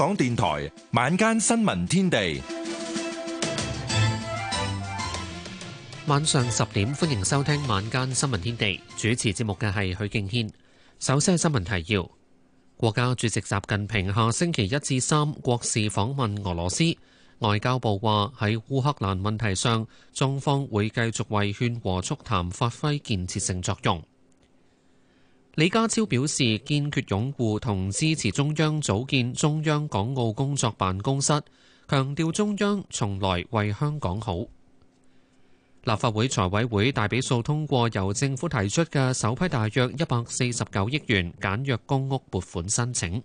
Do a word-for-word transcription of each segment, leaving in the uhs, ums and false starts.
港電台晚間新聞天地， 晚上十點歡迎收聽晚間新聞天地。主持節目嘅係許敬軒。首先係新聞提要：國家主席習近平下星期一至三國事訪問俄羅斯。外交部話喺烏克蘭問題上，中方會繼續為勸和促談發揮建設性作用。李家超表示堅決擁護同支持中央組建中央港澳工作辦公室，強調中央從來為香港好。立法會財委會大比數通過由政府提出嘅首批大約一百四十九億元簡約公屋撥款申請。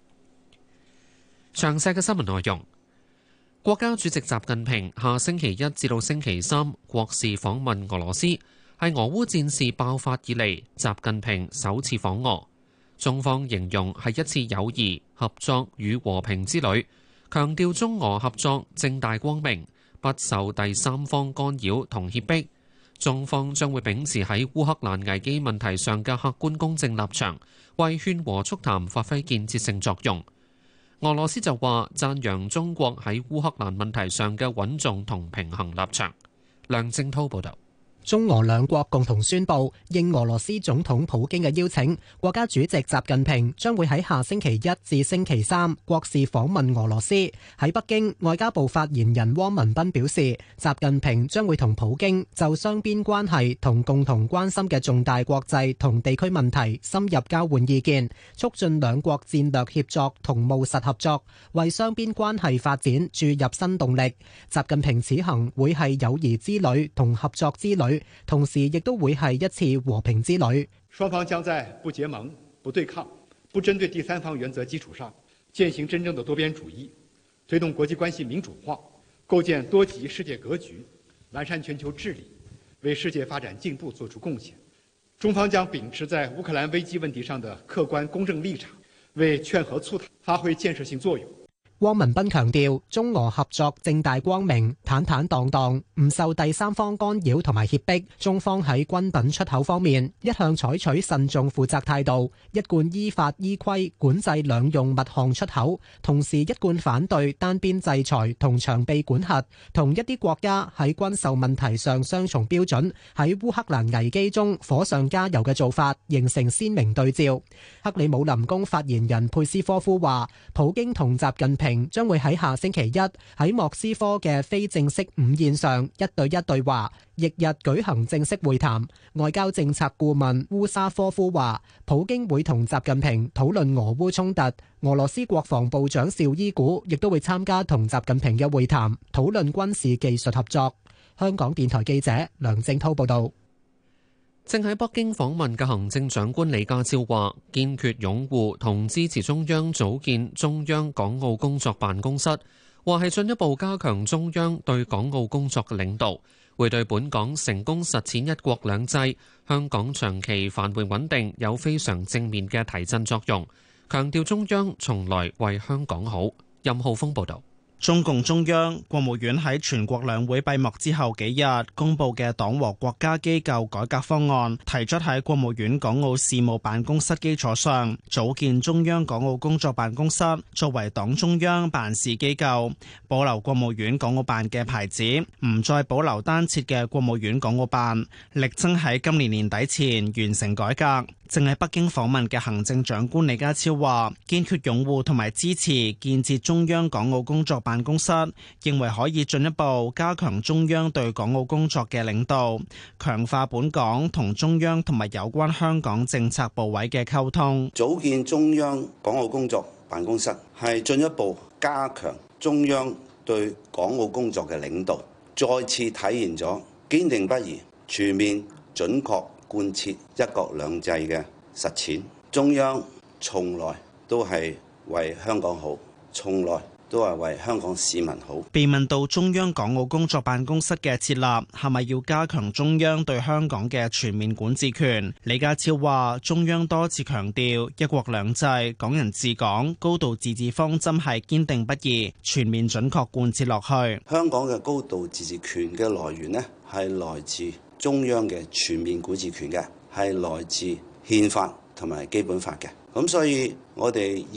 詳細嘅新聞內容。國家主席習近平下星期一至到星期三國事訪問俄羅斯，係俄烏戰事爆發以嚟習近平首次訪俄。中方形容係一次友誼、合作與和平之旅，強調中俄合作正大光明，不受第三方干擾同脅迫。中方將會秉持喺烏克蘭危機問題上嘅客觀公正立場，為勸和促談發揮建設性作用。俄羅斯就話讚揚中國喺烏克蘭問題上嘅穩重同平衡立場。梁正滔報導。 中俄兩國共同宣布，應俄羅斯總統普京嘅邀請，國家主席習近平將會喺下星期一至星期三國事訪問俄羅斯。喺北京，外交部發言人汪文斌表示，習近平將會同普京就雙邊關係同共同關心嘅重大國際同地區問題深入交換意見，促進兩國戰略協作同務實合作，為雙邊關係發展注入新動力。習近平此行會係友誼之旅同合作之旅，同時亦都會係一次和平之旅。 雙方將在不結盟、不對抗、不針對第三方原則基礎上，踐行真正的多邊主義，推動國際關係民主化，構建多極世界格局，完善全球治理，為世界發展進步作出貢獻。中方將秉持在烏克蘭危機問題上的客觀公正立場，為勸和促談發揮建設性作用。 汪文斌強調，中俄合作正大光明、坦坦蕩蕩，唔受第三方干擾同埋脅迫。中方喺軍品出口方面一向採取慎重負責態度，一貫依法依規管制兩用物項出口，同時一貫反對單邊制裁同長臂管轄，同一啲國家喺軍售問題上雙重標準，喺烏克蘭危機中火上加油嘅做法，形成鮮明對照。克里姆林宮發言人佩斯科夫話，普京同習近平將會喺下星期一喺莫斯科嘅非正式午宴上一對一對話，翌日舉行正式會談。外交政策顧問烏沙科夫話，普京會同習近平討論俄烏衝突。俄羅斯國防部長紹伊古亦都會參加同習近平嘅會談，討論軍事技術合作。香港電台記者梁正滔報導。 正喺北京訪問嘅行政長官李家超話，堅決擁護同支持中央組建中央港澳工作辦公室，話係進一步加強中央對港澳工作嘅領導，會對本港成功實踐一國兩制、香港長期繁榮穩定有非常正面嘅提振作用，強調中央從來為香港好。任浩峰報導。 中共中央、國務院喺全國兩會閉幕之後幾日公布嘅黨和國家機構改革方案，提出喺國務院港澳事務辦公室基礎上，組建中央港澳工作辦公室，作為黨中央辦事機構，保留國務院港澳辦嘅牌子，唔再保留單設嘅國務院港澳辦，力爭喺今年年底前完成改革。正喺北京訪問嘅行政長官李家超話，堅決擁護同埋支持建設中央港澳工作辦公室，認為可以進一步加強中央對港澳工作嘅領導，強化本港同中央同埋有關香港政策部委嘅溝通。 組建中央港澳工作辦公室係進一步加強中央對港澳工作嘅領導，再次體現咗堅定不移、全面準確貫徹一國兩制嘅實踐。中央從來都係為香港好，從來都係為香港市民好。 被問到中央港澳工作辦公室嘅設立係咪要加強中央對香港嘅全面管治權，李家超話中央多次強調一國兩制、港人治港、高度自治方針係堅定不移、全面準確貫徹落去。 香港嘅高度自治權嘅來源呢，係來自中央嘅全面管治權嘅，係來自憲法同埋基本法嘅。咁所以我哋要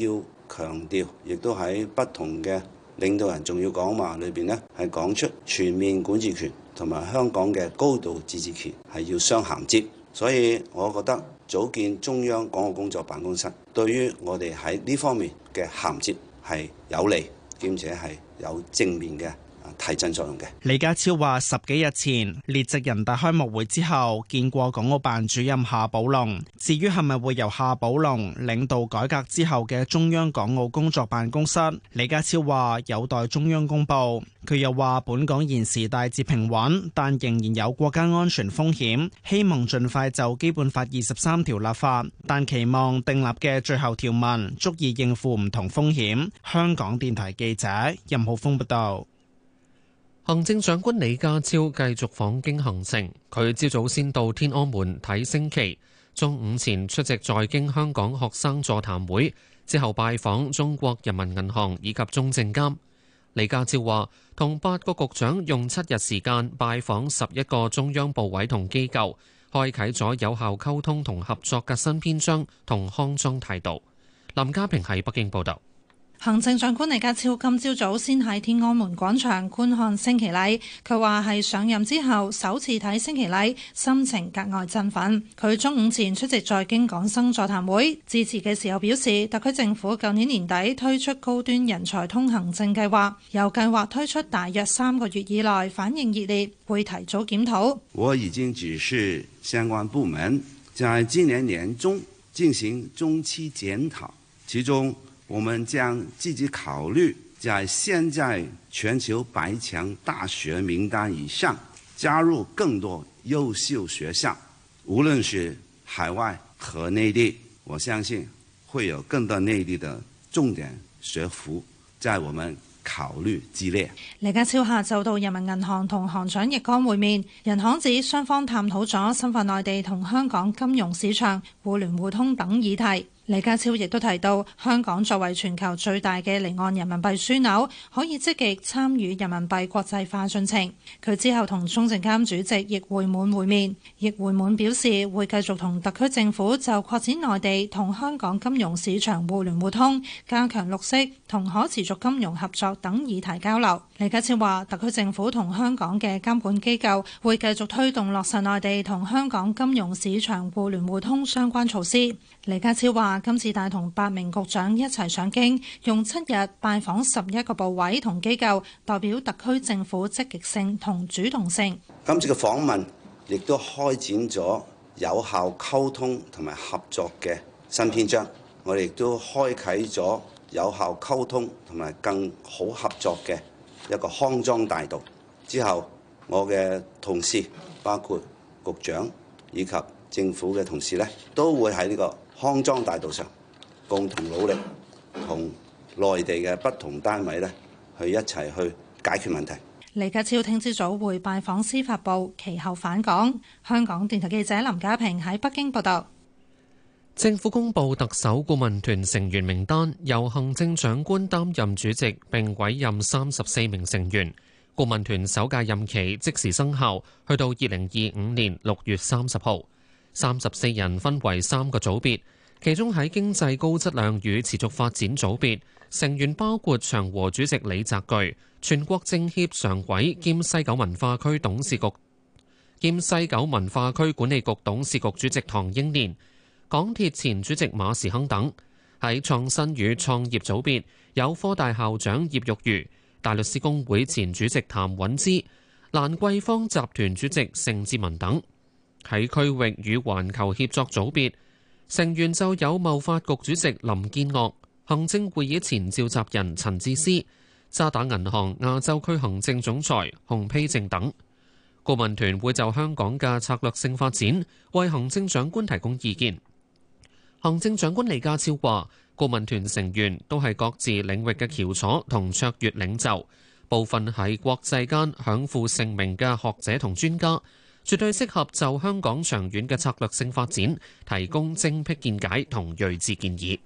強調，亦都喺不同嘅領導人重要講話裏邊呢，係講出全面管治權同埋香港嘅高度自治權係要相銜接。所以，我覺得組建中央港澳工作辦公室，對於我哋喺呢方面嘅銜接係有利，兼且係有正面嘅提振作用嘅。 李家超話：十幾日前列席人大開幕會之後，見過港澳辦主任夏寶龍。至於係咪會由夏寶龍領導改革之後嘅中央港澳工作辦公室，李家超話有待中央公佈。佢又話：本港現時大致平穩，但仍然有國家安全風險，希望盡快就基本法二十三條立法，但期望訂立嘅最後條文足以應付唔同風險。香港電台記者任浩峰報道。 行政長官李家超繼續訪京行程，佢朝早先到天安門睇升旗，中午前出席在京香港學生座談會，之後拜訪中國人民銀行以及中證監。李家超話，同八個局長用七日時間拜訪十一個中央部委同機構，開啟咗有效溝通同合作嘅新篇章同康莊態度。林家平喺北京報道。 行政長官李家超今朝早先喺天安門廣場觀看升旗禮，佢話係上任之後首次睇升旗禮，心情格外振奮。佢中午前出席在京港生座談會，致辭嘅時候表示，特區政府舊年年底推出高端人才通行證計劃，由計劃推出大約三個月以來反應熱烈，會提早檢討。 我已經指示相關部門在今年年中進行中期檢討，其中我們將積極考慮在現在全球百強大學名單以上加入更多優秀學校，無論是海外和內地，我相信會有更多內地的重點學府在我們考慮之列。 李家超下晝到人民銀行同行長易綱會面，人行指雙方探討咗深化內地同香港金融市場互聯互通等議題。李家超亦都提到，香港作為全球最大嘅離岸人民幣樞紐，可以積極參與人民幣國際化進程。佢之後同中證監主席易會滿會面，易會滿表示會繼續同特區政府就擴展內地同香港金融市場互聯互通、加強綠色同可持續金融合作等議題交流。李家超話，特區政府同香港嘅監管機構會繼續推動落實內地同香港金融市場互聯互通相關措施。李家超話，今次帶同八名局長一齊上京，用七日拜訪十一個部委同機構，代表特區政府積極性同主動性。 今次嘅訪問亦都開展咗有效溝通同埋合作嘅新篇章，我哋亦都開啟咗有效溝通同埋更好合作嘅一個康莊大道。之後，我嘅同事包括局長以及政府嘅同事咧，都會喺呢個康莊大道上共同努力，同內地嘅不同單位咧，去一齊去解決問題。 李家超聽朝早會拜訪司法部，其後返港。香港電台記者林家平喺北京報道。 政府公布特首顧問團成員名單，由行政長官擔任主席，並委任三十四名成員。顧問團首屆任期即時生效，去到二零二五年六月三十號。三十四人分為三個組別，其中喺經濟高質量與持續發展組別，成員包括長和主席李澤鉅、全國政協常委兼西九文化區董事局兼西九文化區管理局董事局主席唐英年、港鐵前主席馬時亨等。喺創新與創業組別，有科大校長葉玉如、大律師公會前主席譚允芝、蘭桂坊集團主席盛智文等。喺區域與環球協作組別，成員就有貿發局主席林建岳、行政會議前召集人陳智思、渣打銀行亞洲區行政總裁洪丕正等。顧問團會就香港嘅策略性發展為行政長官提供意見。行政長官李家超話，顧問團成員都係各自領域嘅翹楚同卓越領袖，部分係國際間享負盛名嘅學者同專家，絕對適合就香港長遠嘅策略性發展提供精闢見解同睿智建議。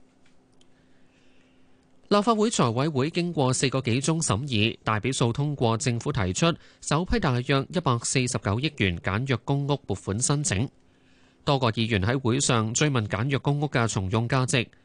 立法會財委會經過四個幾鐘審議，大比數通過政府提出首批大約一百四十九億元簡約公屋撥款申請。多個議員喺會上追問簡約公屋嘅重用價值。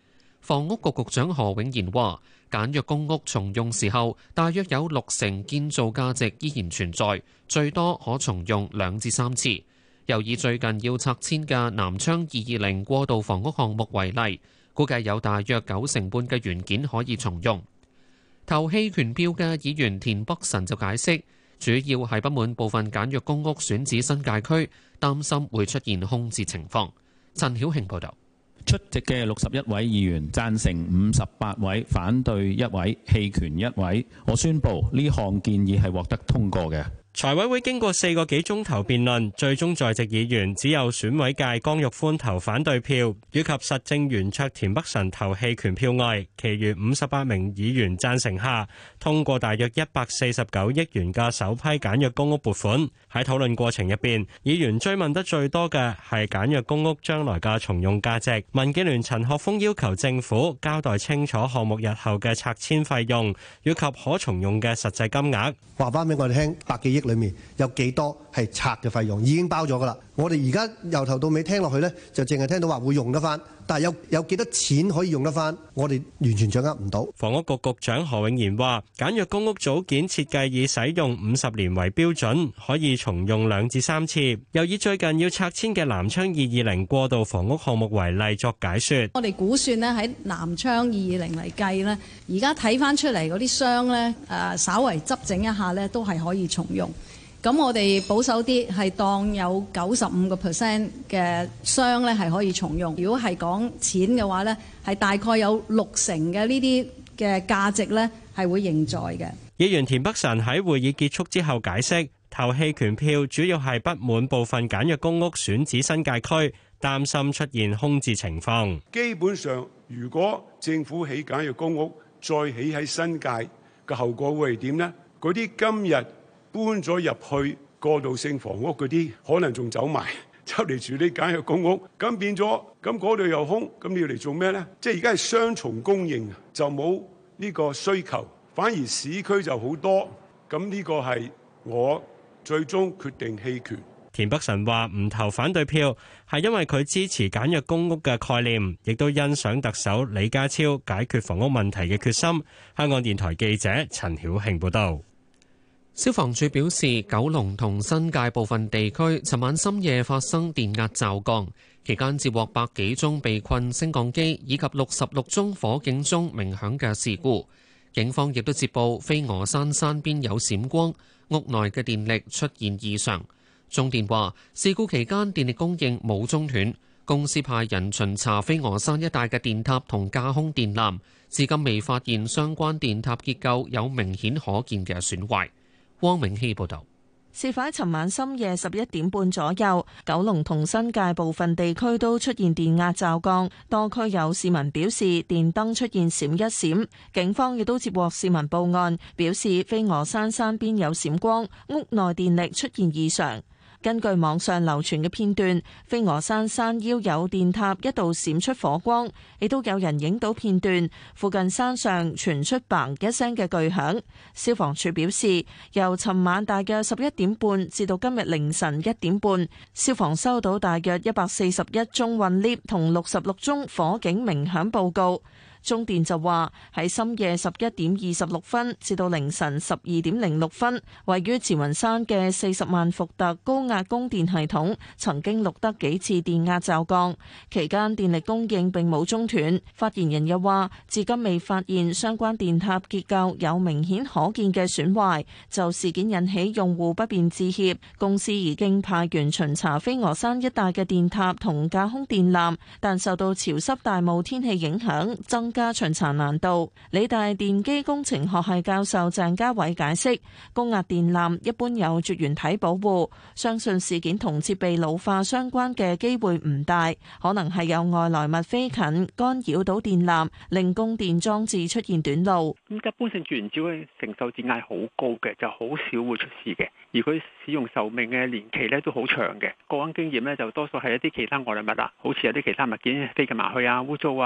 房屋局局長何永賢話，簡約公屋重用時候，大約有六成建造價值依然存在，最多可重用兩至三次。又以最近要拆遷嘅南昌二二零過渡房屋項目為例，估計有大約九成半嘅原件可以重用。投棄權票嘅議員田北辰就解釋，主要係不滿部分簡約公屋選址新界區，擔心會出現空置情況。陳曉慶報導。 出席嘅六十一位議員贊成五十八位，反對一位，棄權一位。我宣布呢項建議係獲得通過嘅。 財委會經過四個幾鐘頭辯論，最終在席議員只有選委界江玉歡投反對票，以及實政圓桌田北辰投棄權票外，其餘五十八名議員贊成下，通過大約一百四十九億元嘅首批簡約公屋撥款。喺討論過程入邊，議員追問得最多嘅係簡約公屋將來嘅重用價值。民建聯陳學鋒要求政府交代清楚項目日後嘅拆遷費用，以及可重用嘅實際金額。 話翻俾我哋聽，百幾億裏面有幾多係拆嘅費用已經包咗㗎啦。我哋而家由頭到尾聽落去呢，就淨係聽到話會用得翻，但係有有幾多錢可以用得翻，我哋完全掌握唔到。 房屋局局長何永賢話，簡約公屋組件設計以使用五十年為標準，可以重用兩至三次。又以最近要拆遷嘅南昌二二零過渡房屋項目為例作解說。 我哋估算呢，喺南昌二二零嚟計呢，而家睇翻出嚟嗰啲箱呢，誒稍為執整一下呢，都係可以重用。咁我哋保守啲，係當有九十五個 percent 嘅箱咧係可以重用。如果係講錢嘅話咧，係大概有六成嘅呢啲嘅價值咧係會仍在嘅。 議員田北辰喺會議結束之後解釋，投棄權票主要係不滿部分簡約公屋選址新界區，擔心出現空置情況。 基本上，如果政府起簡約公屋，再起喺新界嘅後果會係點呢？嗰啲今日搬咗入去過渡性房屋嗰啲，可能仲走埋，出嚟住啲簡約公屋，咁變咗，咁嗰度又空，咁你要嚟做咩呢？即係而家係雙重供應，就冇呢個需求，反而市區就好多，咁呢個係我最終決定棄權。 田北辰話唔投反對票，係因為佢支持簡約公屋嘅概念，亦都欣賞特首李家超解決房屋問題嘅決心。香港電台記者陳曉慶報導。 消防處表示，九龍同新界部分地區尋晚深夜發生電壓驟降，期間接獲百幾宗被困升降機以及六十六宗火警鐘鳴響嘅事故。警方亦都接報飛鵝山山邊有閃光，屋內嘅電力出現異常。中電話事故期間電力供應冇中斷，公司派人巡查飛鵝山一帶嘅電塔同架空電纜，至今未發現相關電塔結構有明顯可見嘅損壞。汪明希報道， 事發喺尋晚深夜十一點半左右，九龍同新界部分地區都出現電壓驟降，多區有市民表示電燈出現閃一閃。警方亦都接獲市民報案，表示飛鵝山山邊有閃光，屋內電力出現異常。根據網上流傳嘅片段，飛鵝山山腰有電塔一度閃出火光，亦都有人影到片段，附近山上傳出嘭一聲嘅巨響。消防處表示，由尋晚大約十一點半至到今日凌晨一點半，消防收到大約一百四十一宗困 lift 同六十六宗火警鳴響報告。中電就話喺深夜十一點二十六分至到凌晨十二點零六分，位於慈雲山嘅四十萬伏特高壓供電系統曾經錄得幾次電壓驟降，期間電力供應並冇中斷。發言人又話，至今未發現相關電塔結構有明顯可見嘅損壞，就事件引起用戶不便致歉。公司已經派員巡查飛鵝山一帶嘅電塔同架空電纜，但受到潮濕大霧天氣影響，增加巡查難度。理大電機工程學系教授鄭家偉解釋，高壓電纜一般有絕緣體保護，相信事件同設備老化相關嘅機會唔大，可能係有外來物飛近干擾到電纜，令供電裝置出現短路。 咁一般性絕緣體嘅承受電壓好高嘅，就好少會出事嘅，而佢使用壽命嘅年期咧都好長嘅。過往經驗咧就多數係一啲其他外來物啦，好似有啲其他物件飛近埋去啊、污糟啊、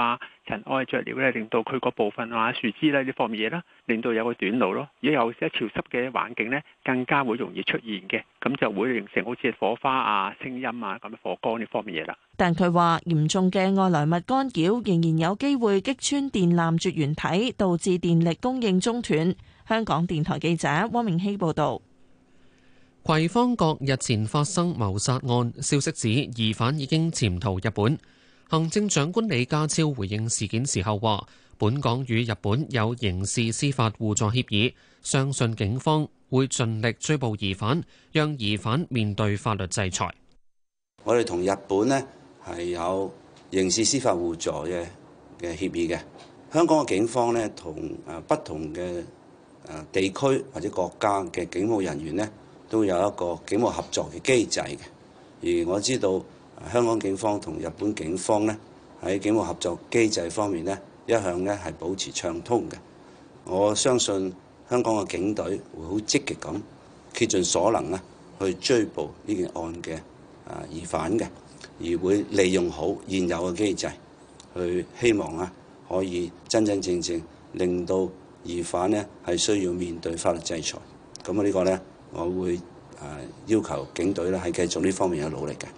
塵埃着料咧，令到佢嗰部分啊樹枝咧呢方面嘢啦，令到有個短路咯。如果有一潮濕嘅環境咧，更加會容易出現嘅，咁就會形成好似火花啊、聲音啊咁火光呢方面嘢啦。 但佢話嚴重嘅外來物干擾仍然有機會擊穿電纜絕緣體，導致電力供應中斷。香港電台記者汪明熙報導。 葵芳閣日前發生謀殺案，消息指疑犯已經潛逃日本。行政長官李家超回應事件時候話，本港與日本有刑事司法互助協議，相信警方會盡力追捕疑犯，讓疑犯面對法律制裁。 我哋同日本呢係有刑事司法互助嘅嘅協議嘅。香港嘅警方呢同誒不同嘅誒地區或者國家嘅警務人員呢，都有一個警務合作嘅機制嘅，而我知道香港警方同日本警方呢喺警務合作機制方面呢，一向呢係保持暢通嘅。我相信香港嘅警隊會好積極咁竭盡所能呢去追捕呢件案嘅啊疑犯嘅，而會利用好現有嘅機制，去希望啊可以真真正正令到疑犯呢係需要面對法律制裁。咁啊呢個呢。我會誒要求警隊咧係繼續呢方面嘅努力嘅。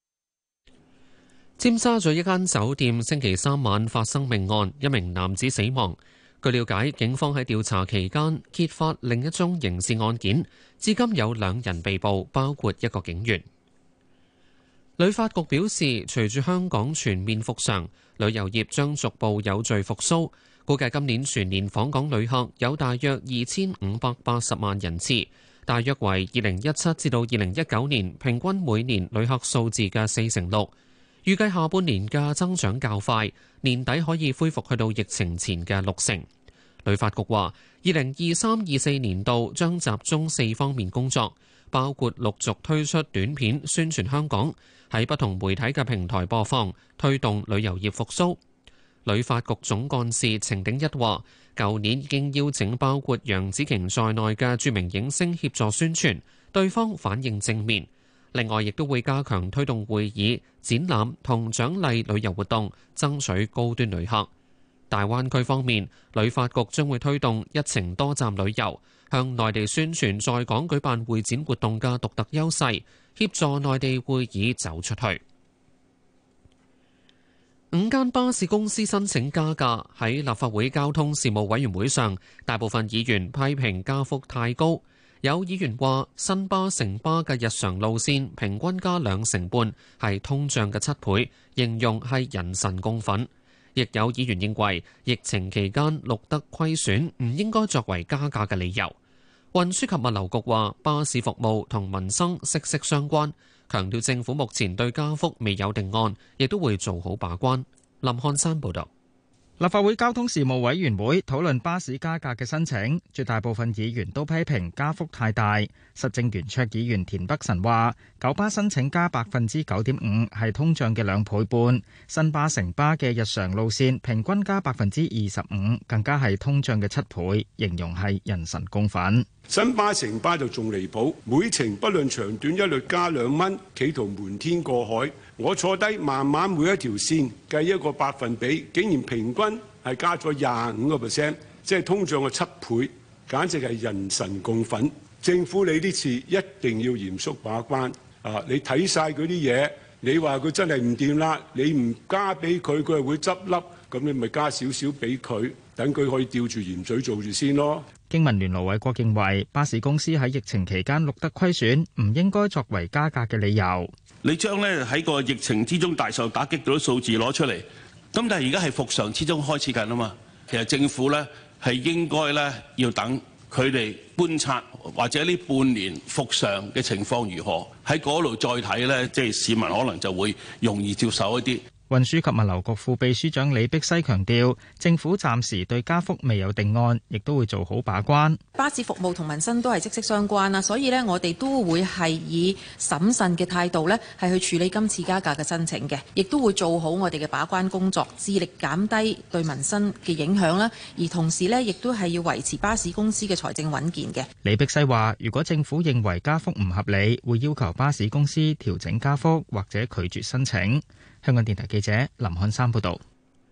尖沙咀一間酒店星期三晚發生命案，一名男子死亡。據了解，警方喺調查期間揭發另一宗刑事案件，至今有兩人被捕，包括一個警員。旅發局表示，隨住香港全面復常，旅遊業將逐步有序復甦，估計今年全年訪港旅客有大約二千五百八十萬人次。大約為二零一七至到二零一九年平均每年旅客數字嘅四成六，預計下半年嘅增長較快，年底可以恢復去到疫情前嘅六成。旅發局話，二零二三二四年度將集中四方面工作，包括陸續推出短片宣傳香港，喺不同媒體嘅平台播放，推動旅遊業復甦。旅發局總幹事程鼎一話，舊年已經邀請包括楊紫瓊在內嘅著名影星協助宣傳，對方反應正面。另外，亦都會加強推動會議、展覽同獎勵旅遊活動，爭取高端旅客。大灣區方面，旅發局將會推動一程多站旅遊，向內地宣傳在港舉辦會展活動嘅獨特優勢，協助內地會議走出去。五間巴士公司申請加價，喺立法會交通事務委員會上，大部分議員批評加幅太高。有議員話，新巴、城巴嘅日常路線平均加兩成半，係通脹嘅七倍，形容係人神共憤。亦有議員認為，疫情期間錄得虧損，唔應該作為加價嘅理由。運輸及物流局話，巴士服務同民生息息相關，強調政府目前對加幅未有定案，亦都會做好把關。林漢山報導。 立法會交通事務委員會討論巴士加價嘅申請，絕大部分議員都批評加幅太大。實政圓桌議員田北辰話，九巴申請加百分之九點五，係通脹嘅兩倍半。新巴、城巴嘅日常路線平均加百分之二十五，更加係通脹嘅七倍，形容係人神共憤。 新巴、城巴就仲離譜，每程不論長短一律加兩蚊，企圖瞞天過海。我坐低慢慢每一條線計一個百分比，竟然平均係加咗廿五個 percent， 即係通脹嘅七倍，簡直係人神共憤。政府你呢次一定要嚴肅把關啊！你睇晒嗰啲嘢，你話佢真係唔掂啦，你唔加俾佢，佢係會執笠，咁你咪加少少俾佢，等佢可以吊住鹽水做住先咯。 經民聯盧偉國認為，巴士公司喺疫情期間錄得虧損，唔應該作為加價嘅理由。 你將咧喺個疫情之中大受打擊到啲數字攞出嚟，咁但係而家係復常之中開始緊啊嘛。其實政府咧係應該咧要等佢哋觀察或者呢半年復常嘅情況如何，喺嗰度再睇咧，即係市民可能就會容易接受一啲。 運輸及物流局副秘書長李碧西強調，政府暫時對加幅未有定案，亦都會做好把關。 巴士服務同民生都係息息相關啦，所以呢，我哋都會係以審慎嘅態度呢，係去處理今次加價嘅申請嘅，亦都會做好我哋嘅把關工作，致力減低對民生嘅影響啦。而同時呢，亦都係要維持巴士公司嘅財政穩健嘅。 李碧西話，如果政府認為加幅唔合理，會要求巴士公司調整加幅或者拒絕申請。香港電台記者林漢山報道。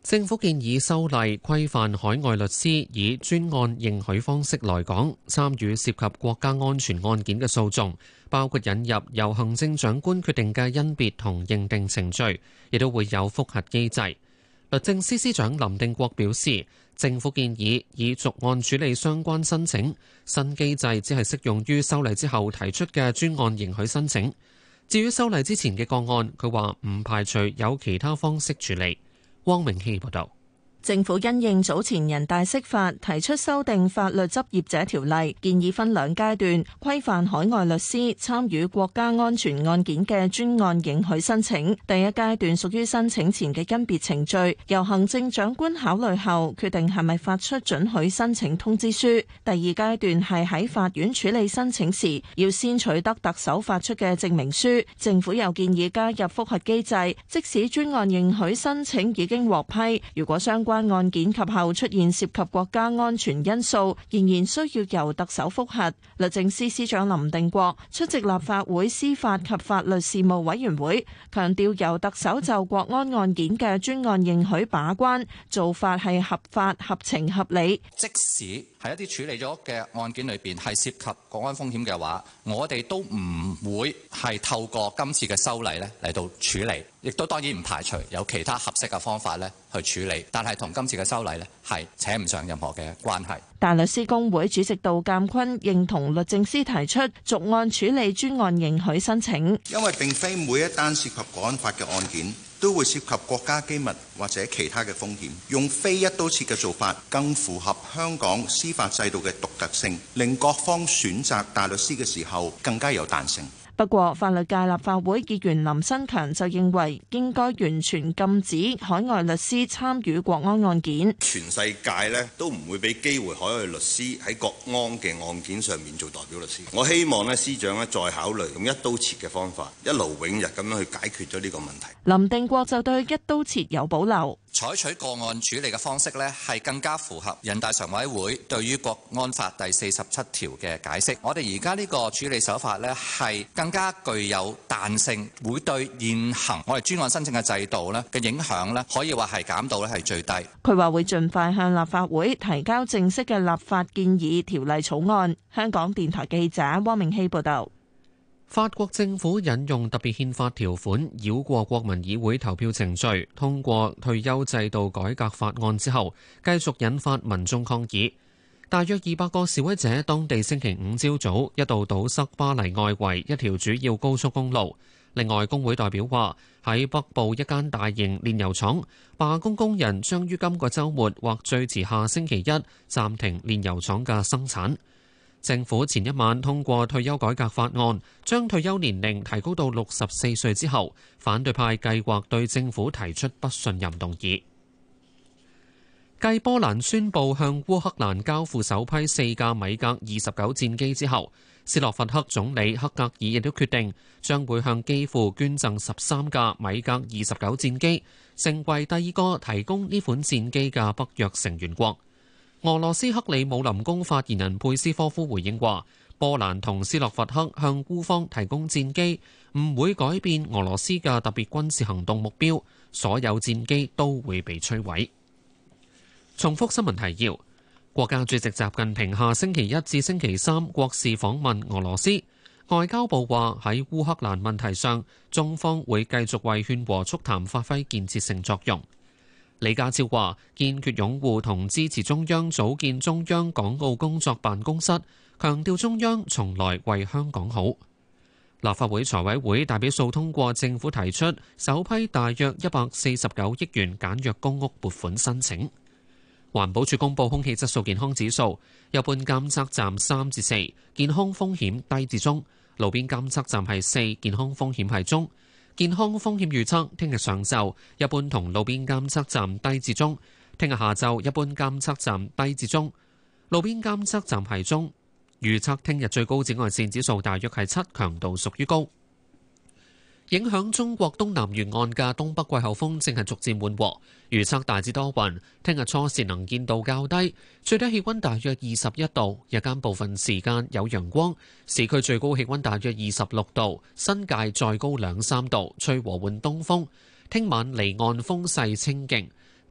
政府建議修例規範海外律師以專案認許方式來港參與涉及國家安全案件嘅訴訟，包括引入由行政長官決定嘅甄別同認定程序，亦都會有覆核機制。律政司司長林定國表示，政府建議以逐案處理相關申請，新機制只係適用於修例之後提出嘅專案認許申請。至於修例之前嘅個案，佢話唔排除有其他方式處理。汪明希報道。 政府因應早前人大釋法提出修訂法律執業者條例，建議分兩階段規範海外律師參與國家安全案件嘅專案認許申請。第一階段屬於申請前嘅甄別程序，由行政長官考慮後決定係咪發出准許申請通知書。第二階段係喺法院處理申請時，要先取得特首發出嘅證明書。政府又建議加入覆核機制，即使專案認許申請已經獲批，如果相關案件及後出現涉及國家安全因素，仍然需要由特首覆核。律政司司長林定國出席立法會司法及法律事務委員會，強調由特首就國安案件嘅專案認許把關，做法係合法、合情、合理。 即使喺一啲處理咗嘅案件裏邊係涉及國安風險嘅話，我哋都唔會係透過今次嘅修例咧嚟到處理，亦都當然唔排除有其他合適嘅方法咧去處理，但係同今次嘅修例咧係扯唔上任何嘅關係。 大律師公會主席杜鑑坤認同律政司提出逐案處理專案認許申請， 因為並非每一單涉及國安法嘅案件都會涉及國家機密或者其他嘅風險，用非一刀切嘅做法更符合香港司法制度嘅獨特性，令各方選擇大律師嘅時候更加有彈性。 不過，法律界立法會議員林新強就認為應該完全禁止海外律師參與國安案件。 全世界咧都唔會俾機會海外律師喺國安嘅案件上面做代表律師。我希望咧司長咧再考慮用一刀切嘅方法，一勞永逸咁樣去解決咗呢個問題。 林定國就對一刀切有保留。 採取個案處理嘅方式呢，係更加符合人大常委會對於國安法第四十七條嘅解釋。我哋而家呢個處理手法呢，係更加具有彈性，會對現行我哋專案申請嘅制度呢嘅影響呢，可以話係減到呢係最低。 佢話會盡快向立法會提交正式嘅立法建議條例草案。香港電台記者汪明希報導。 法國政府引用特別憲法條款繞過國民議會投票程序，通過退休制度改革法案之後，繼續引發民眾抗議。大約二百個示威者當地星期五朝早一度堵塞巴黎外圍一條主要高速公路。另外，工會代表話喺北部一間大型煉油廠罷工工人將於今個週末或最遲下星期一暫停煉油廠嘅生產。政府前一晚通過退休改革法案，將退休年齡提高到六十四歲之後，反對派計劃對政府提出不信任動議。繼波蘭宣布向烏克蘭交付首批四架米格二十九戰機之後，斯洛伐克總理克格爾亦都決定將會向基輔捐贈十三架米格二十九戰機，成為第二個提供呢款戰機嘅北約成員國。俄羅斯克里姆林宮發言人佩斯科夫回應話，波蘭同斯洛伐克向烏方提供戰機，唔會改變俄羅斯嘅特別軍事行動目標，所有戰機都會被摧毀。重複新聞提要：國家主席習近平下星期一至星期三國事訪問俄羅斯。外交部話喺烏克蘭問題上，中方會繼續為勸和促談發揮建設性作用。李家超話堅決擁護同支持中央組建中央港澳工作辦公室，強調中央從來為香港好。立法會財委會大比數通過政府提出首批大約一百四十九億元簡約公屋撥款申請。環保署公布空氣質素健康指數，一般監測站三至四，健康風險低至中；路邊監測站係四，健康風險係中。健康風險預測，聽日上晝一般同路邊監測站低至中，聽日下晝一般監測站低至中，路邊監測站係中。預測聽日最高紫外線指數大約係七，強度屬於高。影響中國東南沿岸嘅東北季候風正係逐漸緩和，預測大致多雲，聽日初時能見度較低，最低氣溫大約二十一度，日間部分時間有陽光，市區最高氣溫大約二十六度，新界再高兩三度，吹和緩東風，聽晚離岸風勢清勁。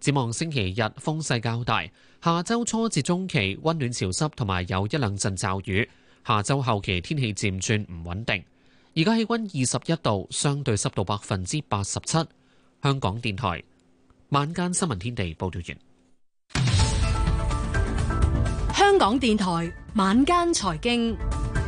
展望星期日風勢較大，下週初至中期溫暖潮濕同埋有一兩陣驟雨，下週後期天氣漸轉唔穩定。而家氣溫二十一度，相對濕度百分之八十七。香港電台晚間新聞天地報道完。 香港電台晚間財經，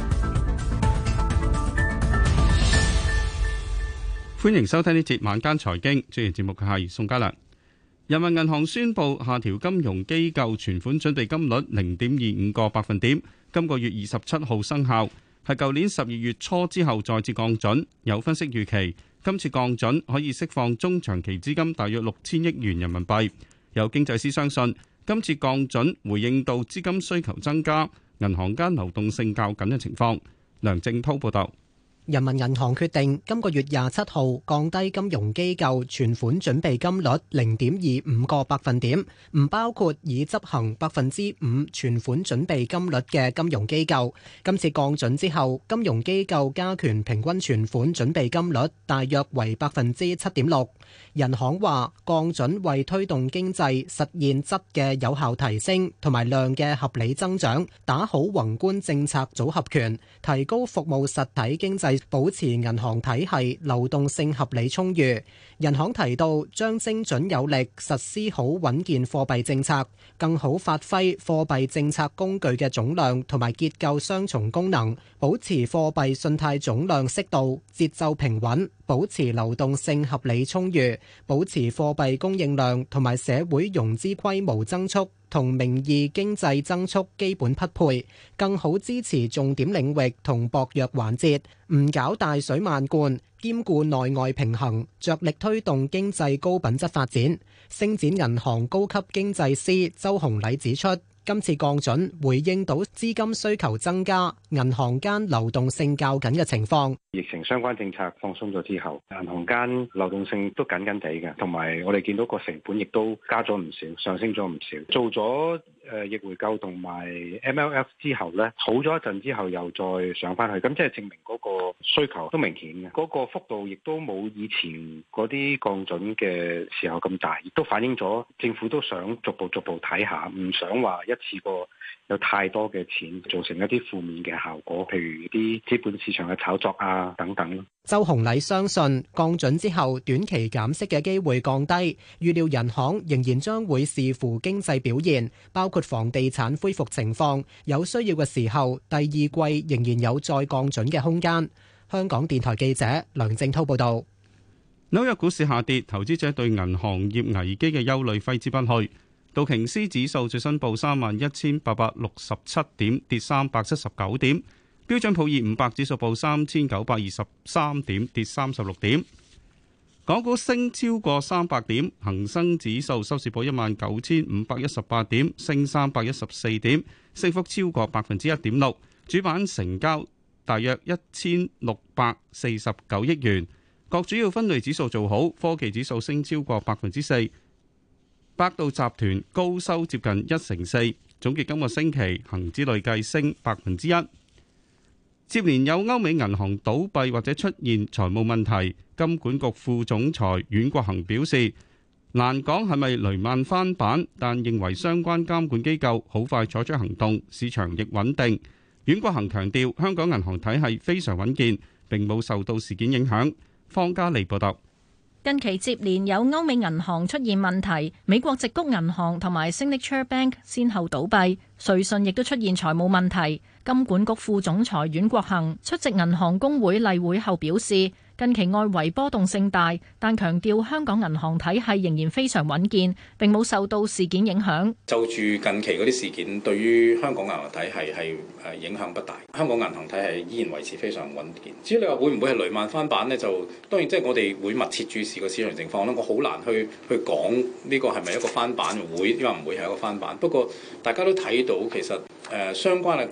歡迎收聽呢節晚間財經。主持節目嘅係宋嘉良。人民銀行宣布下調金融機構存款準備金率零點二五個百分點，今個月二十七號生效，係舊年十二月初之後再次降準。有分析預期，今次降準可以釋放中長期資金大約六千億元人民幣。有經濟師相信，今次降準回應到資金需求增加、銀行間流動性較緊嘅情況。梁正滔報導。 人民銀行決定今個月廿七號降低金融機構存款準備金率零點二五個百分點，唔包括已執行百分之五存款準備金率嘅金融機構。今次降準之後，金融機構加權平均存款準備金率大約為百分之七點六。人行話降準為推動經濟實現質嘅有效提升同埋量嘅合理增長，打好宏觀政策組合拳，提高服務實體經濟，保持銀行體系流動性合理充裕。人行提到，將精準有力實施好穩健貨幣政策，更好發揮貨幣政策工具嘅總量同埋結構雙重功能，保持貨幣信貸總量適度、節奏平穩，保持流動性合理充裕，保持貨幣供應量同埋社會融資規模增速同名義經濟增速基本匹配，更好支持重點領域同薄弱環節，唔搞大水漫灌，兼顧內外平衡，着力推動經濟高品質發展。星展銀行高級經濟師周紅禮指出，今次降準回應到資金需求增加、銀行間流動性較緊嘅情況。 疫情相關政策放鬆咗之後，銀行間流動性都緊緊地嘅，同埋我哋見到個成本亦都加咗唔少，上升咗唔少。做咗誒逆回購同埋 M L F 之後咧，好咗一陣之後又再上翻去，咁即係證明嗰個需求都明顯嘅，嗰個幅度亦都冇以前嗰啲降準嘅時候咁大，亦都反映咗政府都想逐步逐步睇下，唔想話一次過有太多嘅錢造成一啲負面嘅效果，譬如啲資本市場嘅炒作啊等等。 周紅禮相信降準之後短期減息嘅機會降低，預料人行仍然將會視乎經濟表現，包括房地產恢復情況，有需要嘅時候第二季仍然有再降準嘅空間。香港電台記者梁正滔報導。 紐約股市下跌，投資者對銀行業危機嘅憂慮揮之不去。道瓊斯指數最新報三萬一千八百六十七點，跌三百七十九點。標準普爾五百指數報三千九百二十三點，跌三十六點。港股升超過三百點，恒生指數收市報一萬九千五百一十八點，升三百一十四點，升幅超過百分之一點六。主板成交大約一千六百四十九億元。各主要分類指數做好，科技指數升超過百分之四。百度集團高收接近一成四，總結今個星期恒指累計升百分之一。接連有歐美銀行倒閉或者出現財務問題，金管局副總裁阮國恒表示，難講係咪雷曼翻版，但認為相關監管機構好快採取行動，市場亦穩定。阮國恒強調，香港銀行體系非常穩健，並冇受到事件影響。方嘉利報道。 近期接連有歐美銀行出現問題，美國矽谷銀行同埋 Signature Bank 先後倒閉，瑞信亦都出現財務問題。金管局副總裁阮國恒出席銀行公會例會後表示，近期外圍波動性大，但強調香港銀行體系仍然非常穩健，並冇受到事件影響。 就住近期嗰啲事件，對於香港銀行體系係誒影響不大。香港銀行體系依然維持非常穩健。至於你話會唔會係雷曼翻版呢？就當然即係我哋會密切注視個市場情況啦。我好難去去講呢個係咪一個翻版，會因為唔會係一個翻版。不過大家都睇到其實誒、呃、相關嘅監管機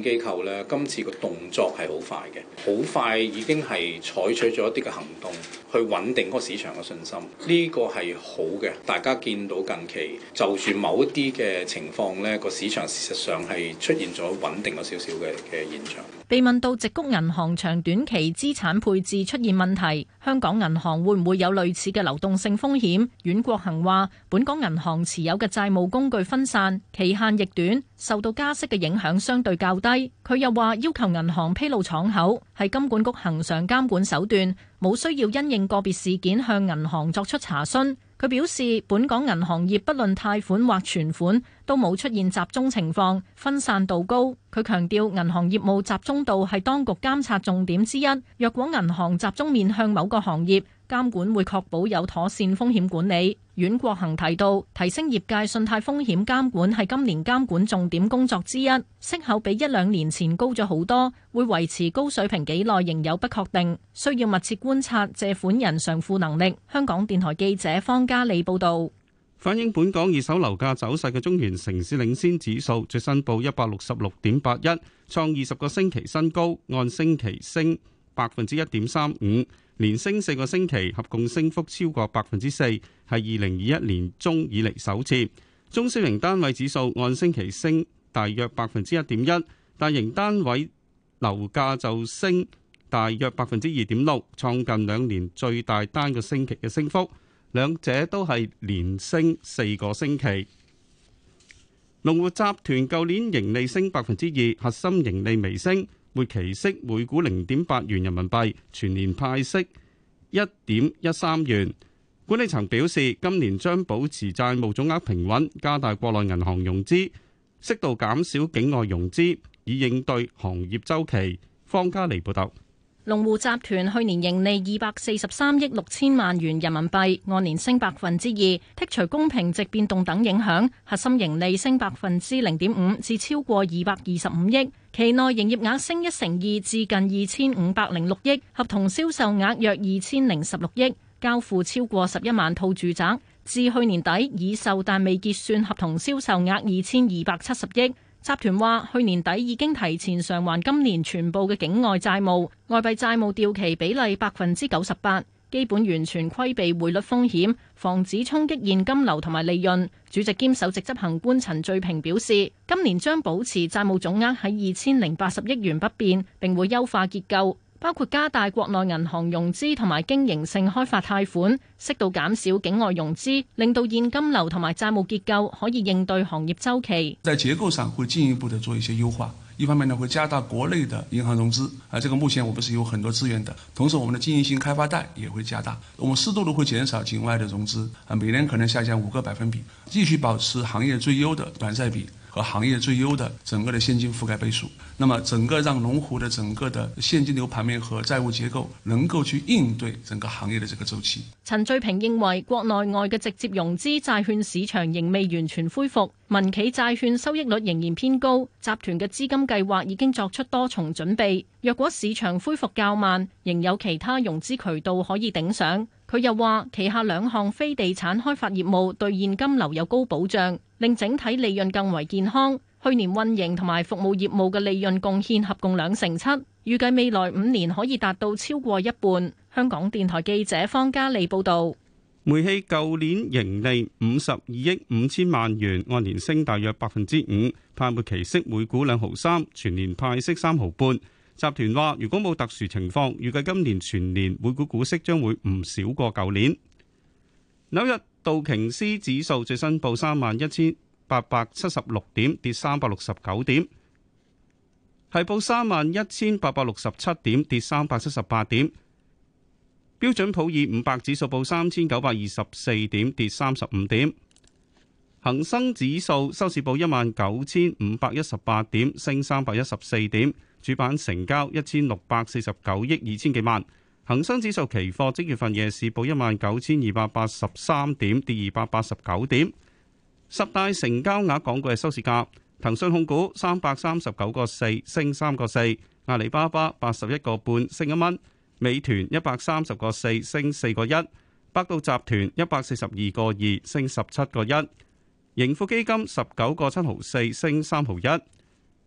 機構咧，今次個動作係好快嘅，好快已經係採取咗一啲嘅行動去穩定嗰個市場嘅信心，呢個係好嘅。大家見到近期就算某一啲嘅情況咧，個市場事實上係出現咗穩定咗少少嘅嘅現象。 被問到矽谷銀行長短期資產配置出現問題，香港銀行會唔會有類似嘅流動性風險？阮國恒話：本港銀行持有嘅債務工具分散，期限亦短，受到加息嘅影響相對較低。佢又話要求銀行披露敞口係金管局恆常監管手段，冇需要因應個別事件向銀行作出查詢。佢表示，本港銀行業不論貸款或存款都冇出現集中情況，分散度高。佢強調，銀行業務集中度係當局監察重點之一。若果銀行集中面向某個行業，監管會確保有妥善風險管理。阮國恒提到，提升業界信貸風險監管係今年監管重點工作之一。息口比一兩年前高咗好多，會維持高水平幾耐仍有不確定，需要密切觀察借款人償付能力。香港電台記者方嘉利報導。 反映本港二手樓價走勢嘅中原城市領先指數最新報一百六十六點八一，創二十個星期新高，按星期升百分之一點三五。連升四個星期，合共升幅超過百分之四，係二零二一年中以嚟首次。中小型單位指數按星期升大約百分之一點一，大型單位樓價就升大約百分之二點六，創近兩年最大單個星期嘅升幅。兩者都係連升四個星期。龍湖集團舊年盈利升百分之二，核心盈利微升。末期息每股零點八元人民幣，全年派息一點一三元。管理層表示，今年將保持債務總額平穩，加大國內銀行融資，適度減少境外融資，以應對行業周期。方嘉莉報道。 龍湖集團去年盈利二百四十三億六千萬元人民幣，按年升百分之二，剔除公平值變動等影響，核心盈利升百分之零點五，至超過二百二十五億。期內營業額升一成二，至近二千五百零六億，合同銷售額約二千零十六億，交付超過十一萬套住宅。至去年底已售但未結算合同銷售額二千二百七十億。集團話，去年底已經提前償還今年全部嘅境外債務，外幣債務掉期比例百分之九十八，基本完全規避匯率風險，防止衝擊現金流同埋利潤。主席兼首席執行官陳最平表示，今年將保持債務總額喺二千零八十億元不變，並會優化結構，包括加大國內銀行融資同埋經營性開發貸款，適度減少境外融資，令到現金流同埋債務結構可以應對行業周期。 在結構上會進一步的做一些優化，一方面呢會加大國內的銀行融資，啊，這個目前我們是有很多資源的，同時我們的經營性開發貸也會加大，我們適度的會減少境外的融資，啊，每年可能下降五個百分比，繼續保持行業最優的短債比和行業最優的整個的現金覆蓋倍數，那麼整個讓龍湖的整個的現金流盤面和債務結構能夠去應對整個行業的這個週期。 陳最平認為，國內外嘅直接融資債券市場仍未完全恢復，民企債券收益率仍然偏高，集團嘅資金計劃已經作出多重準備。若果市場恢復較慢，仍有其他融資渠道可以頂上。佢又話，旗下兩項非地產開發業務對現金流有高保障，令整體利潤更為健康。去年運營同埋服務業務嘅利潤貢獻合共兩成七，預計未來五年可以達到超過一半。香港電台記者方嘉利報導。 煤氣舊年盈利五十二億五千萬元，按年升大約百分之五，派末期息每股兩毫三，全年派息三毫半。集團話，如果冇特殊情況，預計今年全年每股股息將會唔少過舊年。紐約道瓊斯指數最新報三萬一千八百七十六點，跌三百六十九點，係報三萬一千八百六十七點，跌三百七十八點。標準普爾五百指數報三千九百二十四點，跌三十五點。恒生指數收市報一萬九千五百一十八點，升三百一十四點。主板成交一千六百四十九億二千幾萬。恒生指數期貨即月份夜市報一萬九千二百八十三點，跌二百八十九點。十大成交額港股嘅收市價：騰訊控股三百三十九個四，升三個四；阿里巴巴八十一個半，升一蚊；美團一百三十個四，升四個一；百度集團一百四十二個二，升十七個一；盈富基金十九個七毫四，升三毫一；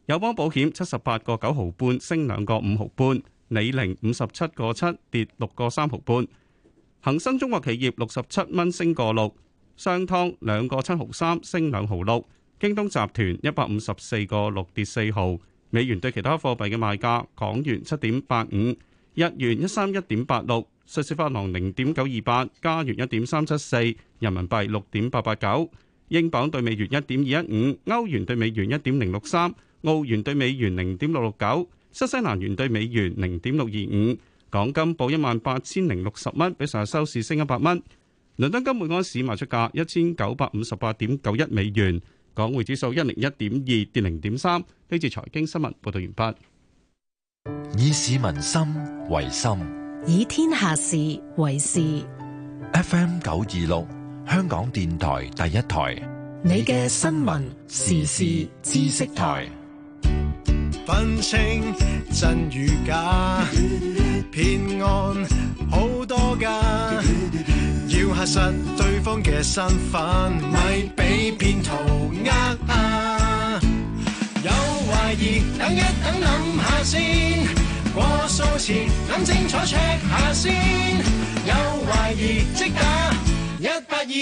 友邦保險七十八個九毫半，升兩個五毫半；李寧五十七個七，跌六個三毫半；恒生中國企業六十七蚊，升個六；商湯兩個七毫三，升兩毫六；京東集團一百五十四個六，跌四毫。美元對其他貨幣嘅賣價：港元七點八五，日元一三一點八六，瑞士法郎零點九二八，加元一點三七四，人民幣六點八八九，英鎊對美元一點二一五，歐元對美元一點零六三，澳元對美元零點六六九，新西蘭元對美元零點六二五。港金報一萬八千零六十蚊，比上日收市升一百蚊。倫敦金每安士賣出價一千九百五十八點九一美元。港匯指數一零一點二，跌零點三。呢次財經新聞報道完畢。 以市民心為心， 以天下事為事。 F M 九二六，香港電台第一台， 你嘅新聞時事知識台。 分清真與假，騙案好多㗎，要核實對方嘅身份，咪俾騙徒呃啊！有懷疑，等一等諗下先，過數前諗清楚 check 下先，有懷疑即打一八二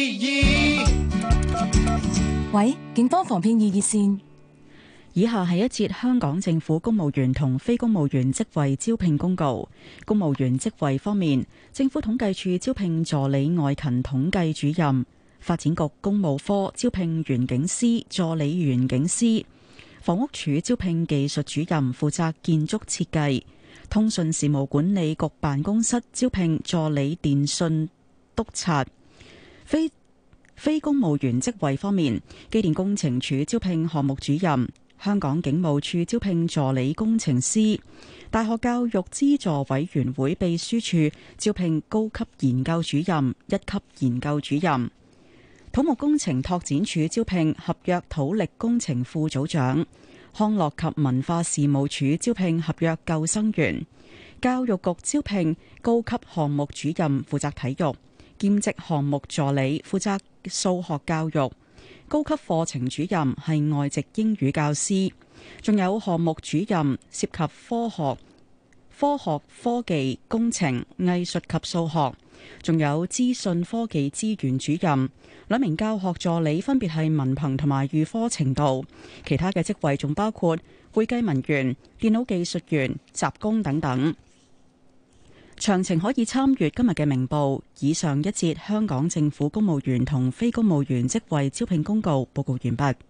二二。 喂，警方防騙易熱線。 以下係一節香港政府公務員同非公務員職位招聘公告。公務員職位方面，政府統計處招聘助理外勤統計主任，發展局公務科招聘園景師、助理園景師，房屋署招聘技術主任負責建築設計，通訊事務管理局辦公室招聘助理電訊督察。非非公務員職位方面，機電工程署招聘項目主任，香港警務處招聘助理工程師，大學教育資助委員會秘書處招聘高級研究主任、一級研究主任，土木工程拓展署招聘合約土力工程副組長，康樂及文化事務署招聘合約救生員，教育局招聘高級項目主任負責體育，兼職項目助理負責數學教育，高級課程主任係外籍英語教師，仲有項目主任涉及科學、科學科技、工程、藝術及數學，仲有資訊科技資源主任。兩名教學助理分別係文憑同埋預科程度，其他嘅職位仲包括會計文員、電腦技術員、雜工等等。詳情可以參閱今日嘅明報。以上一節香港政府公務員同非公務員職位招聘公告報告完畢。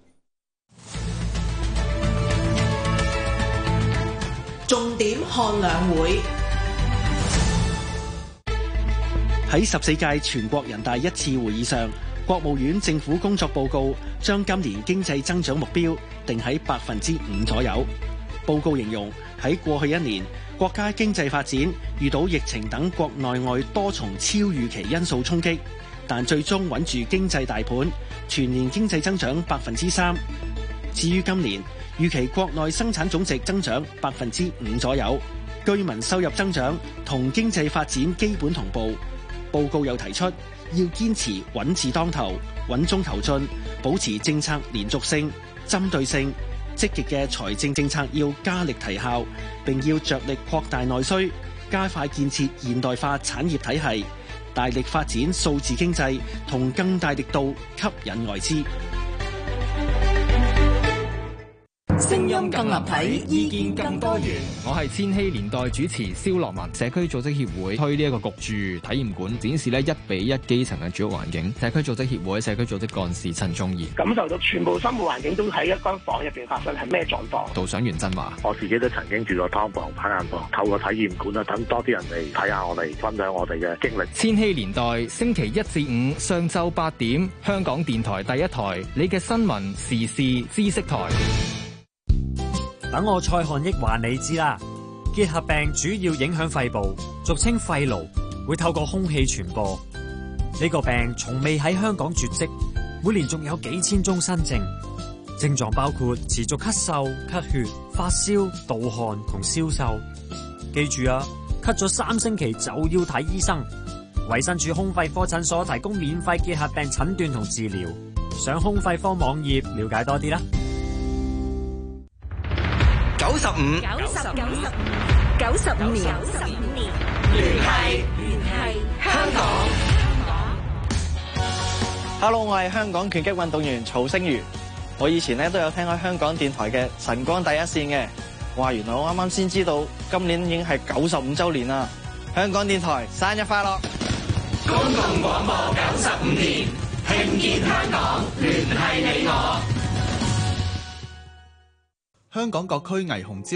重點看兩會。 喺十四屆全國人大一次會議上，國務院政府工作報告將今年經濟增長目標定喺百分之五左右。報告形容喺過去一年，國家經濟發展遇到疫情等國內外多重超預期因素衝擊，但最終穩住經濟大盤，全年經濟增長百分之三。至於今年，預期國內生產總值增長百分之五左右，居民收入增長同經濟發展基本同步。報告又提出，要堅持穩字當頭、穩中求進，保持政策連續性、針對性。積極嘅財政政策要加力提效，並要着力擴大內需，加快建設現代化產業體系，大力發展數字經濟，同更大力度吸引外資。 聲音更立體，意見更多元。 我係千禧年代主持蕭樂文。社區組織協會推呢一個焗住體驗館，展示呢一比一基層嘅住屋環境。社區組織協會社區組織幹事陳忠義， 感受到全部生活環境都喺一間房入邊發生係咩狀況。 導賞袁振華， 我自己都曾經住過劏房、板間房，透過體驗館啊，等多啲人嚟睇下我哋，分享我哋嘅經歷。 千禧年代星期一至五上晝八點，香港電台第一台，你嘅新聞時事知識台。 等我蔡漢益話你知啦，結核病主要影響肺部，俗稱肺癆，會透過空氣傳播。呢個病從未喺香港絕跡，每年仲有幾千宗新症，症狀包括持續咳嗽、咳血、發燒、盜汗同消瘦。記住啊，咳咗三星期就要睇醫生。衛生署胸肺科診所提供免費結核病診斷同治療，上胸肺科網頁了解多啲啦。 九十五， 九十九十九十五年，九十五年，聯繫聯繫香港。 Hello， 我係香港拳擊運動員曹星如。我以前咧都有聽開香港電台嘅晨光第一線嘅，哇！原來我啱啱先知道今年已經係九十五週年啦。香港電台生日快樂！ 公共廣播九十五年，慶建香港，聯繫你我。 香港各區霓虹招